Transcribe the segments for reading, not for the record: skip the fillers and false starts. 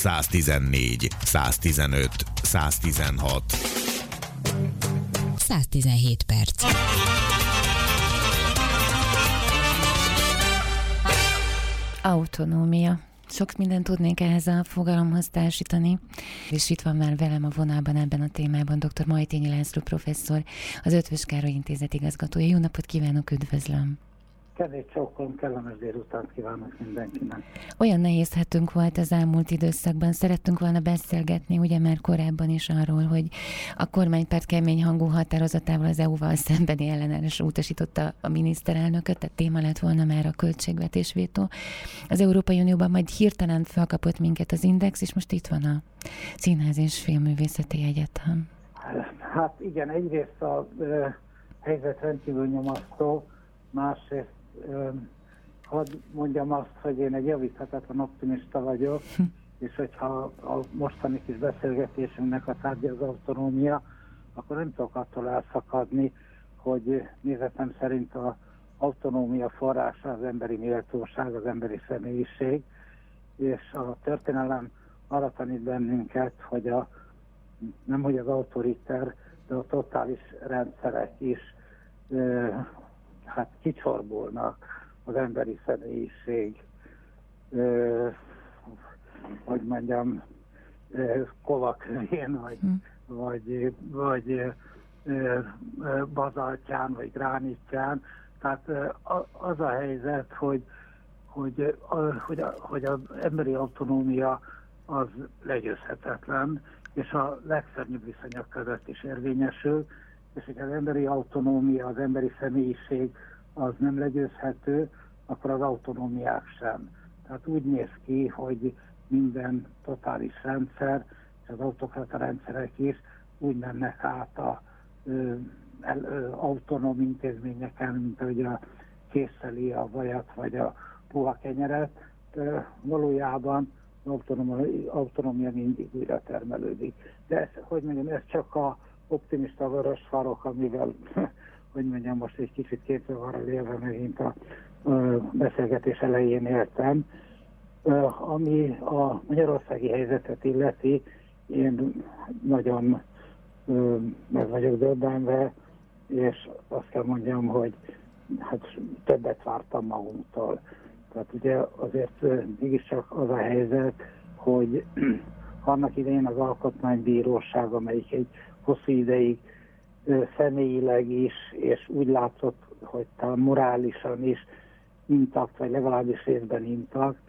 114, 115, 116. 117 perc. Autonómia. Sok mindent tudnék ehhez a fogalomhoz társítani, és itt van már velem a vonalban ebben a témában dr. Majtényi László professzor, az Eötvös Károly Intézet igazgatója. Jó napot kívánok, üdvözlöm! Kedves csókolom, kellemes délutánt kívánok mindenkinek. Olyan nehéz hetünk volt az elmúlt időszakban, szerettünk volna beszélgetni, ugye már korábban is arról, hogy a kormánypárt kemény hangú határozatával az EU-val szembeni ellenállásra utasította a miniszterelnököt, tehát téma lett volna már a költségvetésvétó. Az Európai Unióban majd hirtelen felkapott minket az Index, és most itt van a Színház és Filmművészeti Egyetem. Hát igen, egyrészt a helyzet rendkívül nyomasztó, másrészt hadd mondjam azt, hogy én egy javíthatatlan optimista vagyok, és hogyha a mostani kis beszélgetésünknek a tárgya az autonómia, akkor nem tudok attól elszakadni, hogy nézetem szerint az autonómia forrása az emberi méltóság, az emberi személyiség, és a történelem arra tanít bennünket, hogy nem hogy az autoriter, de a totális rendszerek is hát kicsorbulnak az emberi személyiség, hogy mondjam, kovakövén, vagy bazaltján, vagy gránitján. Tehát az a helyzet, hogy az emberi autonómia az legyőzhetetlen, és a legszörnyűbb viszonyok között is érvényesül, és hogy az emberi autonómia, az emberi személyiség az nem legyőzhető, akkor az autonómiák sem. Tehát úgy néz ki, hogy minden totális rendszer, és az autokrata rendszerek is úgy mennek át az autonóm intézményeken, mint ahogy a készeli a vajat vagy a puha kenyeret. Valójában autonómia mindig újra termelődik. De ez, hogy mondjam, ez csak a optimista vörös farok, amivel, hogy mondjam, most egy kicsit képzavarral élve megint a beszélgetés elején éltem. Ami a magyarországi helyzetet illeti, én nagyon meg vagyok döbbenve, és azt kell mondjam, hogy hát többet vártam magunktól. Tehát ugye azért mégiscsak az a helyzet, hogy annak idején az Alkotmánybíróság, amelyik egy hosszú ideig személyileg is, és úgy látszott, hogy talán morálisan is intakt, vagy legalábbis részben intakt,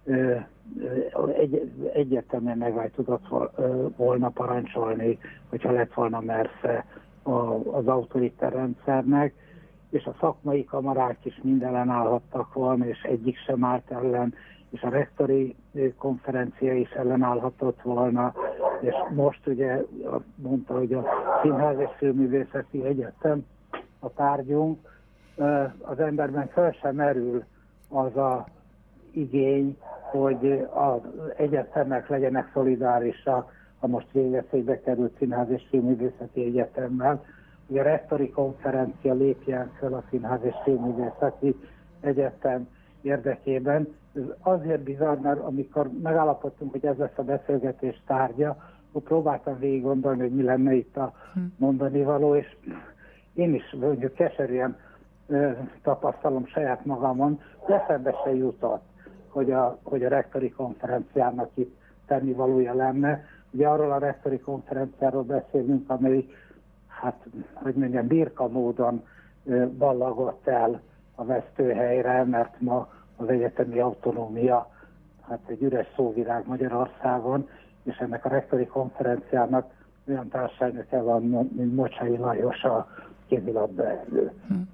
egyértelműen meg tudott volna parancsolni, hogyha lett volna mersze az autoriter rendszernek, és a szakmai kamarák is mind ellenállhattak volna, és egyik sem állt ellen, és a rektori konferencia is ellenállhatott volna, és most ugye mondta, hogy a Színház és Filmművészeti Egyetem a tárgyunk, az emberben fel sem merül az a igény, hogy az egyetemek legyenek szolidárisak a most végveszélybe került Színház és Filmművészeti Egyetemmel, hogy a rektori konferencia lépjen fel a Színház és Filmművészeti Egyetem érdekében. Ez azért bizarr, mert amikor megállapodtunk, hogy ez lesz a beszélgetés tárgya, akkor próbáltam végig gondolni, hogy mi lenne itt a mondani való, és én is mondjuk keserűen tapasztalom saját magamon, de eszembe se jutott, hogy a rektori konferenciának itt tennivalója lenne. Ugye arról a rektori konferenciáról beszélünk, amely, hát, hogy mondjam, birka módon ballagott el a vesztőhelyre, mert ma az egyetemi autonómia hát egy üres szóvirág Magyarországon, és ennek a rektori konferenciának olyan társelnöke van, mint Mocsai Lajos, a kézilabdaedző.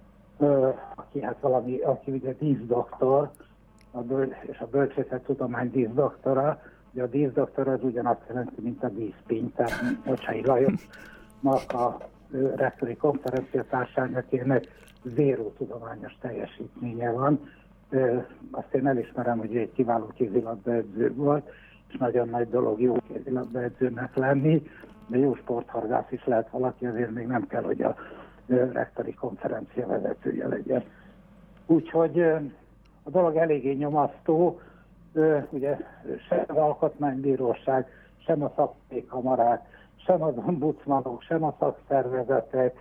Aki ugye díszdoktor, és a bölcsészettudomány díszdoktora. Ugye a díszdoktor az ugyanazt jelenti, mint a díszpény, tehát Mocsai Lajosnak a rektori konferencia társelnökének zéró tudományos teljesítménye van. Azt én elismerem, hogy egy kiváló kézilabdaedző volt, és nagyon nagy dolog jó kézilabdaedzőnek lenni, de jó sporthargász is lehet valaki, azért még nem kell, hogy a rektori konferencia vezetője legyen. Úgyhogy a dolog eléggé nyomasztó, ugye sem az alkotmánybíróság, sem a szakmai kamarák, sem az ombudsmanok, sem a szakszervezetek,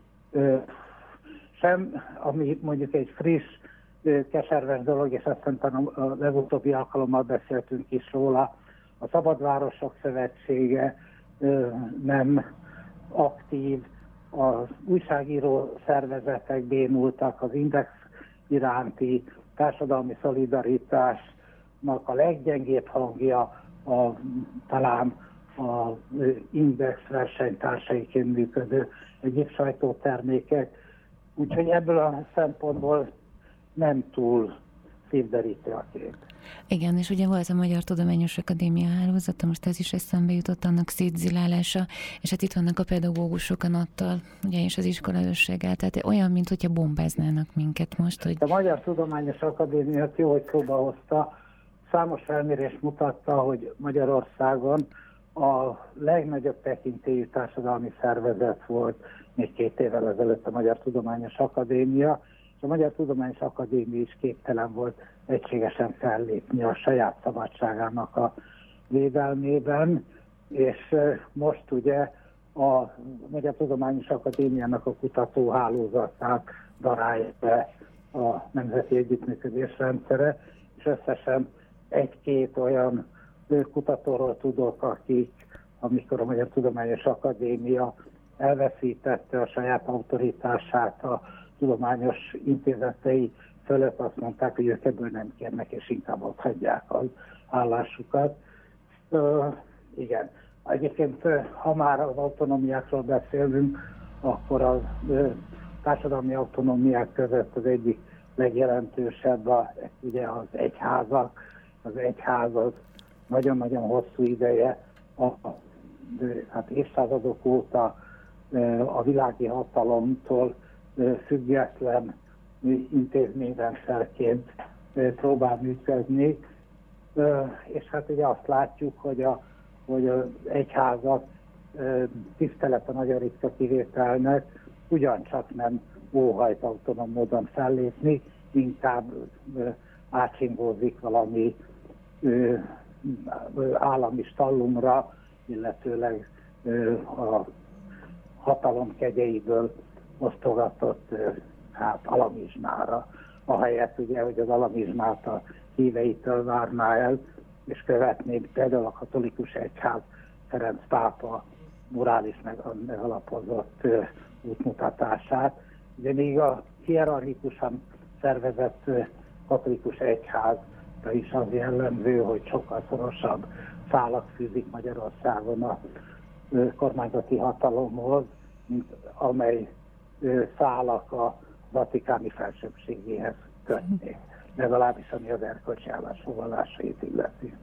sem, ami mondjuk egy friss, keserves dolog, és azt hiszem a legutóbbi alkalommal beszéltünk is róla, a Szabadvárosok Szövetsége nem aktív, az újságíró szervezetek bénultak, az Index iránti társadalmi szolidaritásnak a leggyengébb hangja talán az Index versenytársaiként működő egyéb sajtótermékek. Úgyhogy ebből a szempontból nem túl szívderítő a kép. Igen, és ugye volt a Magyar Tudományos Akadémia hálózata, most ez is eszembe jutott, annak szétzilálása, és hát itt vannak a pedagógusok a NAT-tal, ugye, és az iskolaőrséggel, tehát olyan, mint hogyha bombáznának minket most, hogy... A Magyar Tudományos Akadémia jó, hogy szóba hozta, számos felmérés mutatta, hogy Magyarországon a legnagyobb tekintélyű társadalmi szervezet volt még 2 évvel ezelőtt a Magyar Tudományos Akadémia, és a Magyar Tudományos Akadémia is képtelen volt egységesen fellépni a saját szabadságának a védelmében, és most ugye a Magyar Tudományos Akadémiának a kutatóhálózatát darálja be a Nemzeti Együttműködés rendszere, és összesen 1-2 olyan kutatóról tudok, akik, amikor a Magyar Tudományos Akadémia elveszítette a saját autoritását a tudományos intézetei fölött, azt mondták, hogy ők ebből nem kérnek, és inkább ott hagyják az állásukat. Igen. Egyébként, ha már az autonómiákról beszélünk, akkor a társadalmi autonómiák között az egyik legjelentősebb ugye az egyházak. Az egyház az nagyon-nagyon hosszú ideje, hát évszázadok óta a világi hatalomtól független intézményrendszerként próbál működni, és hát ugye azt látjuk, hogy az egyházak tisztelet a nagyon ritka kivételnek ugyancsak nem óhajt autonóm módon fellépni, inkább átsingózik valami állami stallumra, illetőleg a hatalom kegyeiből osztogatott alamizsnára, ahelyett ugye, hogy az alamizsnát a híveitől várná el, és követné például a katolikus egyház Ferenc pápa morális megalapozott útmutatását. Ugye még a hierarchikusan szervezett katolikus egyházra is az jellemző, hogy sokkal szorosabb szálak fűzik Magyarországon a kormányzati hatalomhoz, mint amely szálak a vatikáni felsőbbségéhez kötnék, legalábbis ami az erkölcsi állásfoglalásait illeti.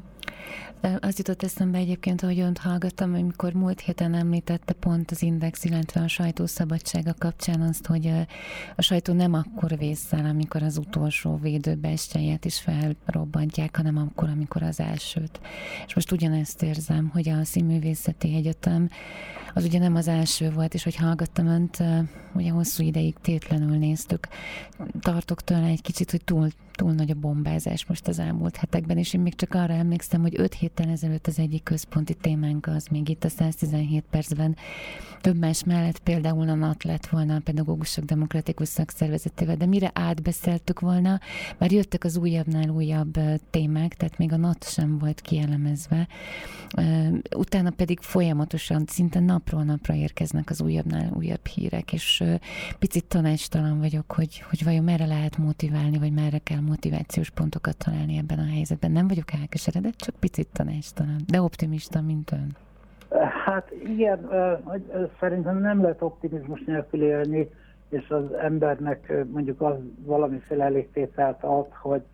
Az jutott eszembe egyébként, hogy önt hallgattam, amikor múlt héten említette pont az Index, illetve a sajtószabadsága kapcsán azt, hogy a sajtó nem akkor vészel, amikor az utolsó védőbástyáját is felrobbantják, hanem akkor, amikor az elsőt. És most ugyanezt érzem, hogy a Színművészeti Egyetem az ugye nem az első volt, és hogy hallgattam önt, ugye hosszú ideig tétlenül néztük. Tartok tőle egy kicsit, hogy túl nagy a bombázás most az elmúlt hetekben, és én még csak arra emlékszem, hogy 5 héttel ezelőtt az egyik központi témánk az még itt a 117 percben több más mellett például a NAT lett volna, a Pedagógusok Demokratikus Szakszervezetével, de mire átbeszéltük volna, már jöttek az újabbnál újabb témák, tehát még a NAT sem volt kielemezve. Utána pedig folyamatosan, szinte napról napra érkeznek az újabbnál újabb hírek, és picit tanácstalan vagyok, hogy vajon merre lehet motiválni, vagy merre kell motivációs pontokat találni ebben a helyzetben. Nem vagyok elkeseredett, csak picit tanácstalan, de optimista, mint ön. Hát igen, szerintem nem lehet optimizmus nélkül élni, és az embernek mondjuk az valamiféle elégtételt ad,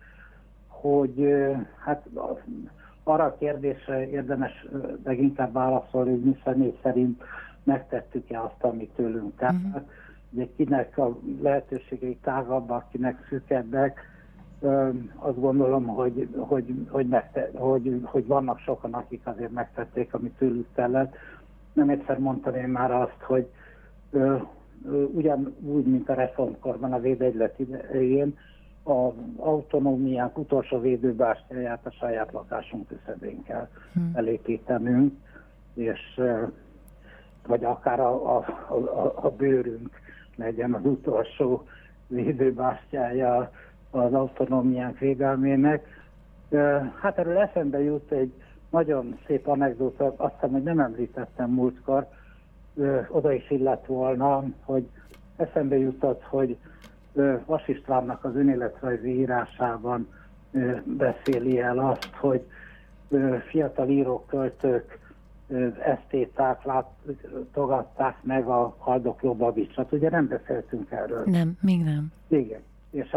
hogy hát arra a kérdésre érdemes leginkább válaszolni, hogy mi személy szerint megtettük-e azt, amit tőlünk telt. Ugye kinek a lehetőségei tágabbak, kinek szűkebbek, azt gondolom, hogy vannak sokan, akik azért megtették, amit tőlük kellett. Nem egyszer mondtam én már azt, hogy ugyanúgy, mint a reformkorban, a védegylet idején, az autonómiánk utolsó védőbástyáját a saját lakásunk küszöbén kell elépítenünk, és vagy akár a bőrünk legyen az utolsó védőbástyája az autonómiánk védelmének. Hát erről eszembe jut egy nagyon szép anekdóta, azt hiszem, hogy nem említettem múltkor, oda is illett volna, hogy eszembe jutott, hogy Vas Istvánnak az önéletrajzi írásában beszéli el azt, hogy fiatal írók, költők, esztéták látogatták meg a haldokló Babicsot. Ugye nem beszéltünk erről? Nem, még nem. Igen. És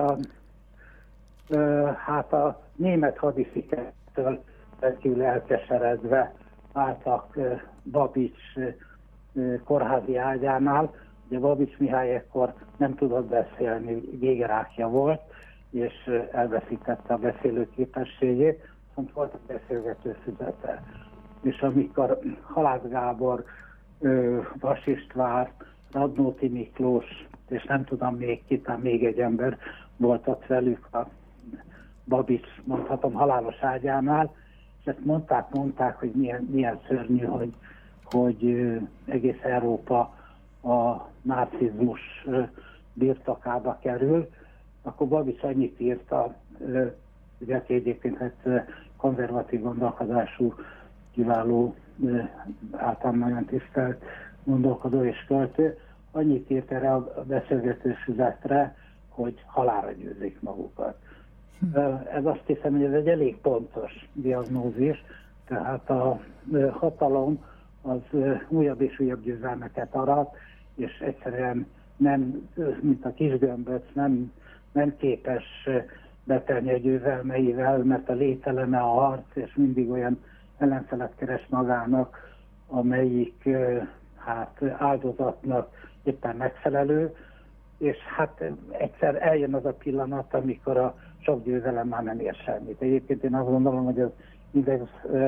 hát a német hadifikettől rendkívül elkeseredve álltak Babics kórházi ágyánál. Ugye Babics Mihály ekkor nem tudott beszélni, gégerákja volt, és elveszítette a beszélőképességét, viszont volt a beszélgető füzete. És amikor Halász Gábor, Vas István, Radnóti Miklós, és nem tudom még ki, még egy ember volt ott velük a Babics, mondhatom, halálos ágyánál, és ezt mondták, hogy milyen szörnyű, hogy egész Európa a nácizmus birtokába kerül. Akkor Babics annyit írta, ugye aki egyébként konzervatív gondolkodású, kiváló, általán nagyon tisztelt gondolkodó és költő, annyit írt erre a beszélgető füzetre, hogy halálra győzik magukat. Ez azt hiszem, hogy ez egy elég pontos diagnózis, tehát a hatalom az újabb és újabb győzelmeket arat, és egyszerűen nem, mint a kisgömböc, nem képes betelni a győzelmeivel, mert a lételeme a harc, és mindig olyan ellenfelet keres magának, amelyik hát áldozatnak éppen megfelelő, és hát egyszer eljön az a pillanat, amikor a sok győzelem már nem ér semmit. Egyébként én azt gondolom, hogy az Index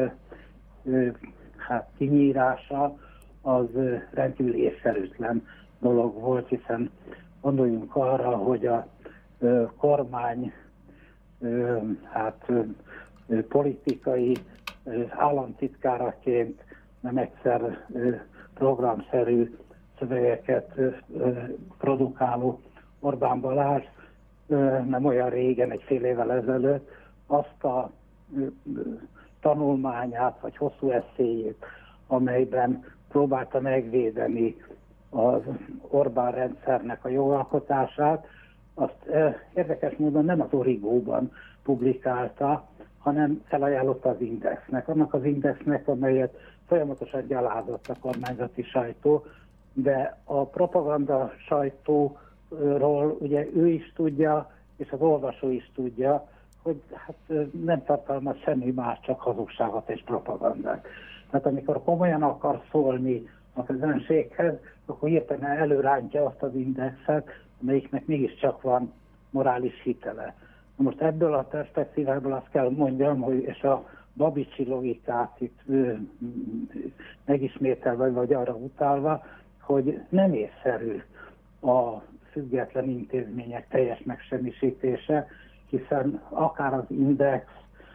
hát kinyírása az rendkívül észszerűtlen dolog volt, hiszen gondoljunk arra, hogy a kormány hát politikai államtitkáraként nem egyszer programszerű szövegeket produkáló Orbán Balázs nem olyan régen, egy fél évvel ezelőtt azt a tanulmányát, vagy hosszú eszéjét, amelyben próbálta megvédeni az Orbán rendszernek a jogalkotását, azt érdekes módon nem az Origóban publikálta, hanem felajánlotta az Indexnek. Annak az Indexnek, amelyet folyamatosan gyalázott a kormányzati sajtó, de a propaganda sajtóról ugye ő is tudja, és az olvasó is tudja, hogy hát nem tartalmaz semmi más, csak hazugságot és propagandát. Tehát amikor komolyan akar szólni a közönséghez, akkor hirtelen előrántja azt az Indexet, amelyiknek mégiscsak van morális hitele. Na most ebből a perspektívából azt kell mondjam, hogy és a babicsi logikát itt megismételve, vagy arra utalva, hogy nem észszerű a független intézmények teljes megsemmisítése, hiszen akár az Index,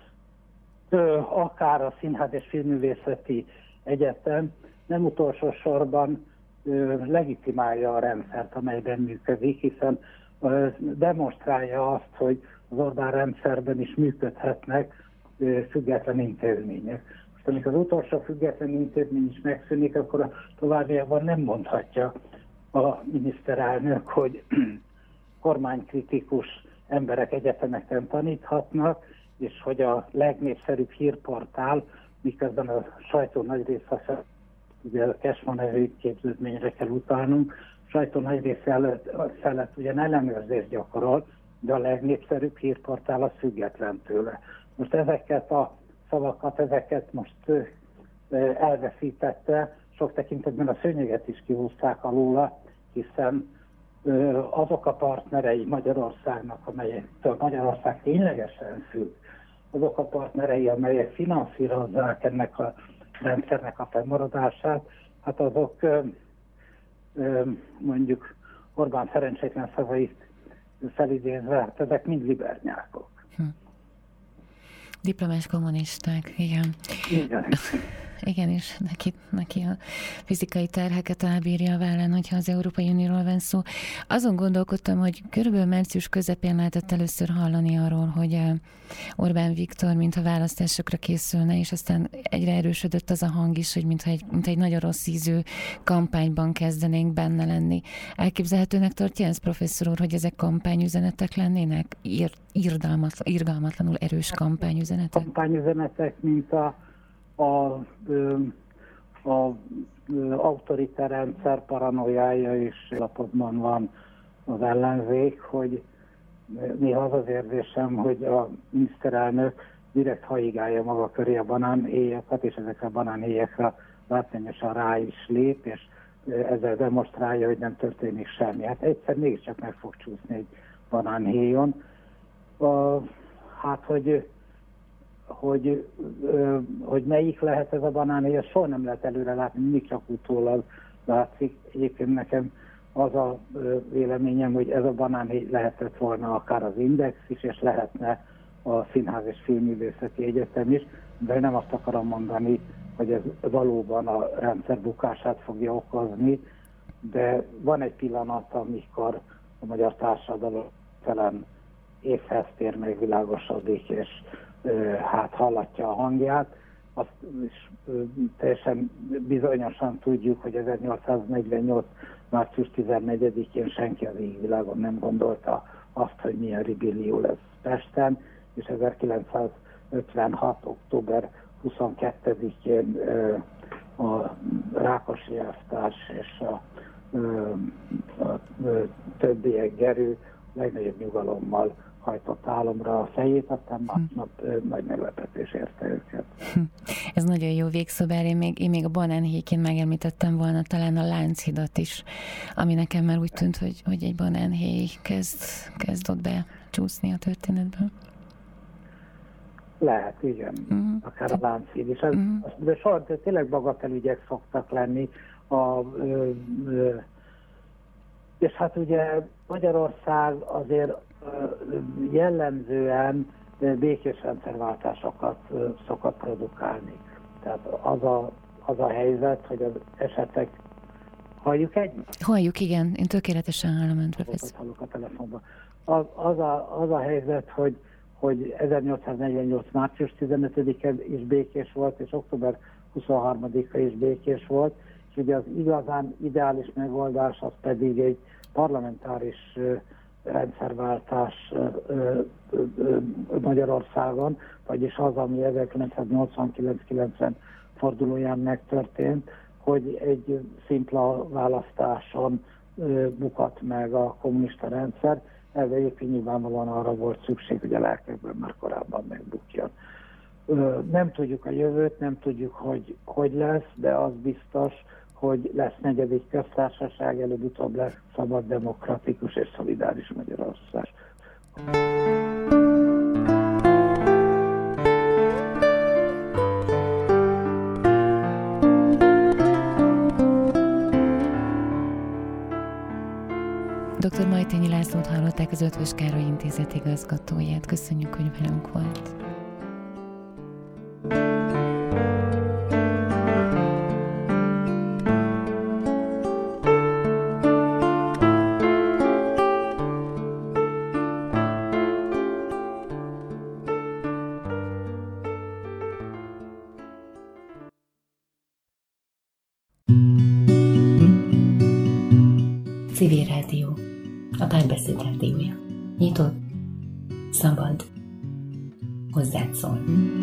akár a Színház és Filmművészeti Egyetem nem utolsó sorban legitimálja a rendszert, amelyben működik, hiszen demonstrálja azt, hogy az Orbán rendszerben is működhetnek független intézmények. Most amikor az utolsó független intézmény is megszűnik, akkor a továbbiakban nem mondhatja a miniszterelnök, hogy kormánykritikus emberek egyetemeken taníthatnak, és hogy a legnépszerűbb hírportál, miközben a sajtó nagy része, ugye a Kesma nevű képződményre kell utalnunk, a sajtó nagy része felett ugyan ellenőrzést gyakorol, de a legnépszerűbb hírportál az független tőle. Most ezeket a szavakat, ezeket most elveszítette, sok tekintetben a szőnyeget is kihúzták alóla, hiszen azok a partnerei Magyarországnak, amelyektől Magyarország ténylegesen függ, azok a partnerei, amelyek finanszírozzák ennek a rendszernek a fennmaradását, hát azok mondjuk Orbán szerencsétlen szavait felidézve, hát ezek mind libernyákok. Diplomás kommunisták, igen. Igen. Igen, és neki a fizikai terheket elbírja a vállán, hogyha az Európai Unióról van szó. Azon gondolkodtam, hogy körülbelül március közepén lehetett először hallani arról, hogy Orbán Viktor mintha választásokra készülne, és aztán egyre erősödött az a hang is, hogy mintha egy nagyon rossz ízű kampányban kezdenénk benne lenni. Elképzelhetőnek tartja ez, professzor úr, hogy ezek kampányüzenetek lennének? Irgalmatlanul erős kampányüzenetek? Kampányüzenetek, mint az autoriter rendszer paranoiája is lapodban van az ellenzék, hogy néha az az érzésem, hogy a miniszterelnök direkt haigálja maga köré a banánhéjakat, és ezekre a banánhéjakra látványosan rá is lép, és ezzel demonstrálja, hogy nem történik semmi. Hát egyszer mégiscsak meg fog csúszni egy banánhéjon. Hát, hogy melyik lehet ez a banánhéj, azt soha nem lehet előre látni, mindig csak utólag látszik. Egyébként nekem az a véleményem, hogy ez a banánhéj lehetett volna akár az Index is, és lehetne a Színház és Filmművészeti Egyetem is, de nem azt akarom mondani, hogy ez valóban a rendszer bukását fogja okozni, de van egy pillanat, amikor a magyar társadalom talán észhez tér, megvilágosodik, és hát hallatja a hangját. Azt is teljesen bizonyosan tudjuk, hogy 1848. március 14-én senki az égvilágon nem gondolta azt, hogy milyen ribillió lesz Pesten, és 1956. október 22-én a Rákosi elvtárs és a többiek Gerő legnagyobb nyugalommal hajtott álomra a fejét, aztán másnap nagy meglepetés érte őket. Ez nagyon jó végszó, bár én még a banánhéjként megemlítettem volna talán a Lánchidat is, ami nekem már úgy tűnt, hogy egy banánhéj kezd ott becsúszni a történetben. Lehet, igen. Akár a Lánchíd is. De soha tényleg bagatelügyek szoktak lenni. És hát ugye Magyarország azért jellemzően békés rendszerváltásokat szokott produkálni. Tehát az a helyzet, hogy az esetek... Halljuk egymást? Halljuk, igen. Én tökéletesen hallom önt, professzor. Hallok a telefonban. Az a helyzet, hogy 1848. március 15-e is békés volt, és október 23-a is békés volt, és ugye az igazán ideális megoldás az pedig egy parlamentáris rendszerváltás Magyarországon, vagyis az, ami 1989-90 fordulóján megtörtént, hogy egy szimpla választáson bukott meg a kommunista rendszer, ez egyébként nyilvánvalóan arra volt szükség, hogy a lelkekben már korábban megbukjon. Nem tudjuk a jövőt, nem tudjuk, hogy lesz, de az biztos, hogy lesz negyedik köztársaság, előbb-utóbb lesz szabad, demokratikus és szolidáris Magyarország. Dr. Majtényi Lászlót hallották, az Eötvös Károly Intézet igazgatóját. Köszönjük, hogy velünk volt. Civil Rádió, a Párbeszéd rádiója. Nyitott, szabad, hozzád szól.